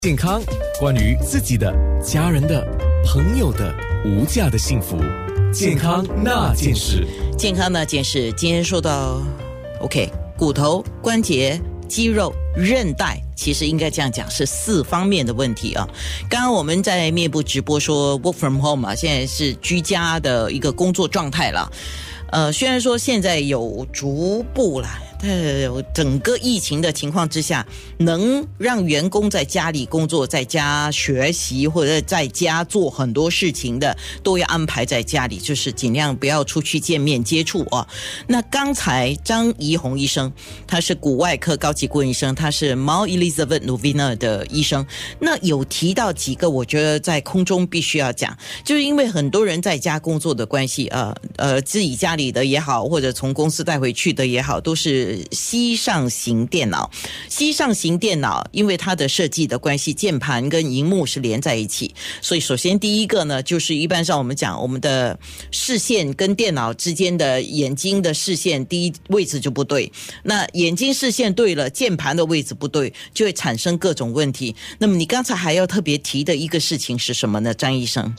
健康，关于自己的、家人的、朋友的无价的幸福。健康那件事， 健康那件事，今天说到 OK， 骨头、关节、肌肉、韧带，其实应该这样讲是4方面的问题啊。刚刚我们在面部直播说 work from home 啊，现在是居家的一个工作状态了。虽然说现在有逐步啦，整个疫情的情况之下，能让员工在家里工作、在家学习或者在家做很多事情的，都要安排在家里，就是尽量不要出去见面接触啊。那刚才张怡红医生，他是骨外科高级顾问医生，他是 Mount Elizabeth Novena 的医生。那有提到几个，我觉得在空中必须要讲，就是因为很多人在家工作的关系，自己家里的也好，或者从公司带回去的也好，都是膝上型电脑。膝上型电脑因为它的设计的关系，键盘跟荧幕是连在一起，所以首先第一个呢，就是一般上我们讲我们的视线跟电脑之间的眼睛的视线第一位置就不对，那眼睛视线对了，键盘的位置不对，就会产生各种问题。那么你刚才还要特别提的一个事情是什么呢，张医生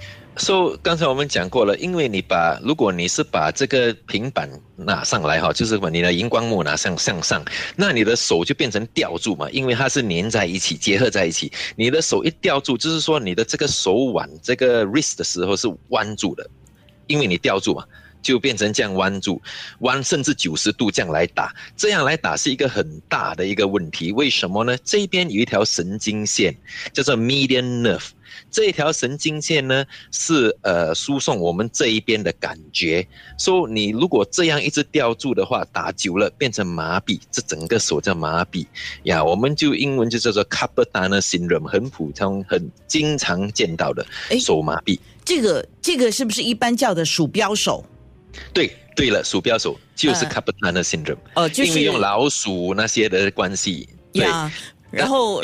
？So 刚才我们讲过了，因为如果你是把这个平板拿上来哈，就是把你的荧光幕拿向上，那你的手就变成吊住嘛，因为它是粘在一起、结合在一起。你的手一吊住，就是说你的这个手腕、这个 wrist 的时候是弯住的，因为你吊住嘛。就变成这样弯甚至90度这样来打是一个很大的一个问题。为什么呢？这边有一条神经线叫做 median nerve， 这一条神经线呢是输送我们这一边的感觉。所以你如果这样一直吊住的话，打久了变成麻痹，这整个手叫麻痹呀。我们就英文就叫做 carpal tunnel syndrome， 很普通、很经常见到的手麻痹。 这个是不是一般叫的鼠标手？ 对了，鼠标手就是 carpal tunnel syndrome，因为用老鼠那些的关系。对， 然后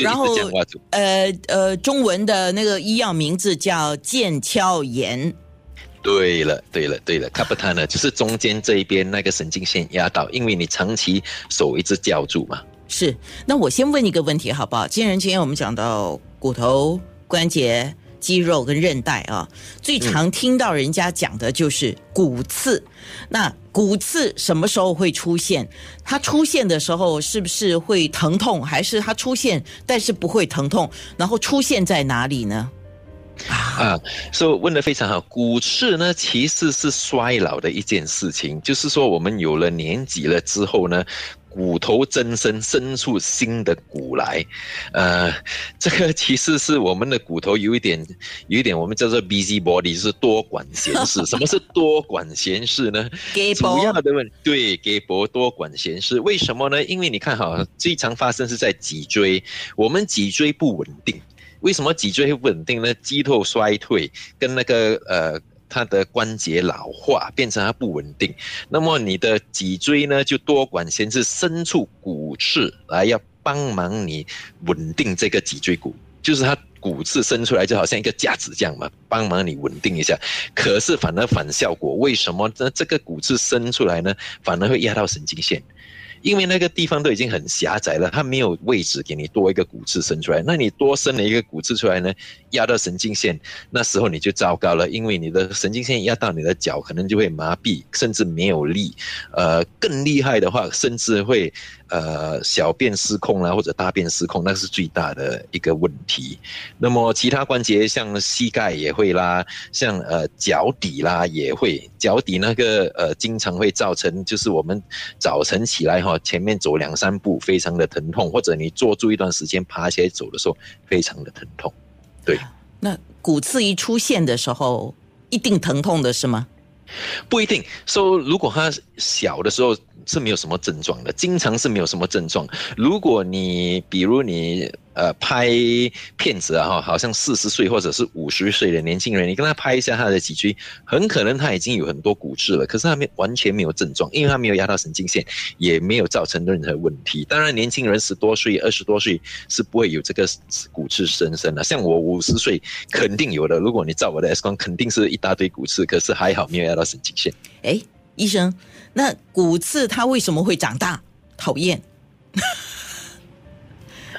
中文的那个医药名字叫腱鞘炎。 对了 carpal tunnel 就是中间这一边那个神经线压到，因为你长期手一直吊住嘛。 是，那我先问一个问题好不好？今天我们讲到骨头、关节、肌肉跟韧带啊，最常听到人家讲的就是骨刺。那骨刺什么时候会出现？它出现的时候是不是会疼痛，还是它出现但是不会疼痛？然后出现在哪里呢？ 所以问得非常好。骨刺呢，其实是衰老的一件事情，就是说我们有了年纪了之后呢，骨头增生出新的骨来。这个其实是我们的骨头有一点我们叫做 busy body， 就是多管闲事。什么是多管闲事呢？主要的问题，对，给博多管闲事。为什么呢？因为你看哈，最常发生是在脊椎，我们脊椎不稳定。为什么脊椎会不稳定呢？肌肉衰退跟那个它的关节老化变成它不稳定，那么你的脊椎呢就多管闲事，生出骨刺来要帮忙你稳定这个脊椎骨，就是它骨刺生出来就好像一个架子这样嘛，帮忙你稳定一下。可是反效果，为什么呢？这个骨刺生出来呢，反而会压到神经线。因为那个地方都已经很狭窄了，它没有位置给你多一个骨刺生出来，那你多生了一个骨刺出来呢，压到神经线，那时候你就糟糕了，因为你的神经线压到你的脚，可能就会麻痹，甚至没有力。更厉害的话，甚至会小便失控啦，或者大便失控，那是最大的一个问题。那么其他关节像膝盖也会啦，像脚底啦也会，脚底那个经常会造成，就是我们早晨起来前面走2-3步非常的疼痛，或者你坐住一段时间爬起来走的时候非常的疼痛。对， 那骨刺一出现的时候一定疼痛的是吗？ 不一定。如果他小的时候是没有什么症状的，经常是没有什么症状。如果比如你拍片子好像40岁或者是50岁的年轻人，你跟他拍一下他的脊椎，很可能他已经有很多骨刺了，可是他完全没有症状，因为他没有压到神经线，也没有造成任何问题。当然年轻人10多岁、20多岁是不会有这个骨刺生的，像我50岁肯定有的，如果你照我的 X 光肯定是一大堆骨刺，可是还好没有压到神经线。 医生，那骨刺它为什么会长大？讨厌。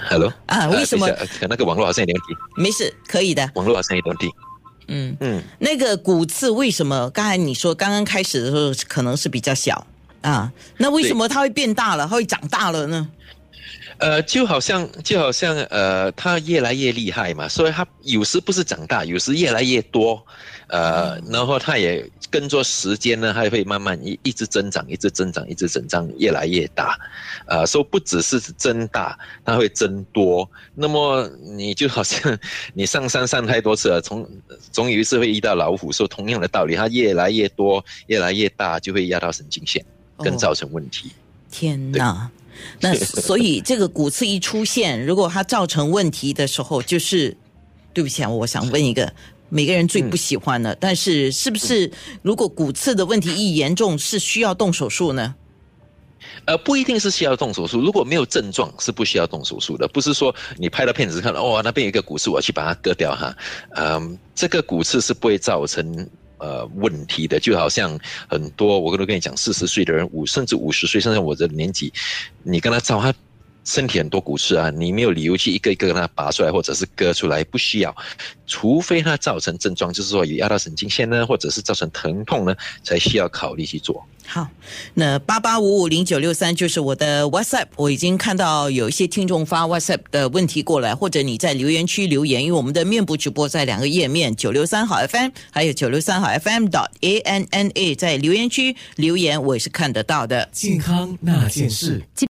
，Hello 啊，为什么？ 那个网络好像有点问题。 没事，可以的。 网络好像有点问题。 那个骨刺为什么？刚才你说刚刚开始的时候可能是比较小啊，那为什么它会变大了，它会长大了呢？ 就好像它越来越厉害嘛，所以它有时不是长大，有时越来越多，然后它也跟着时间呢，它会慢慢一直增长，一直增长，一直增长，越来越大，所以不只是增大，它会增多。那么你就好像你上山上太多次了，总有一次会遇到老虎，说同样的道理，它越来越多，越来越大，就会压到神经线，更造成问题。 天哪！那所以这个骨刺一出现，如果它造成问题的时候，就是对不起啊，我想问一个每个人最不喜欢的，但是是不是如果骨刺的问题一严重，是需要动手术呢？ 不一定是需要动手术，如果没有症状是不需要动手术的。不是说你拍到片子看到那边有一个骨刺，我去把它割掉哈。这个骨刺是不会造成问题的，就好像很多我都跟你讲，40岁的人甚至50岁，甚至我的年纪，你跟他照，他身体很多骨刺啊，你没有理由去一个一个跟他拔出来或者是割出来，不需要，除非他造成症状，就是说有压到神经线呢，或者是造成疼痛呢，才需要考虑去做。 好，那88550963就是我的 WhatsApp， 我已经看到有一些听众发 WhatsApp 的问题过来，或者你在留言区留言，因为我们的面部直播在2个页面，963好 FM 还有963好 FM.ANNA， 在留言区留言我也是看得到的。 健康那件事。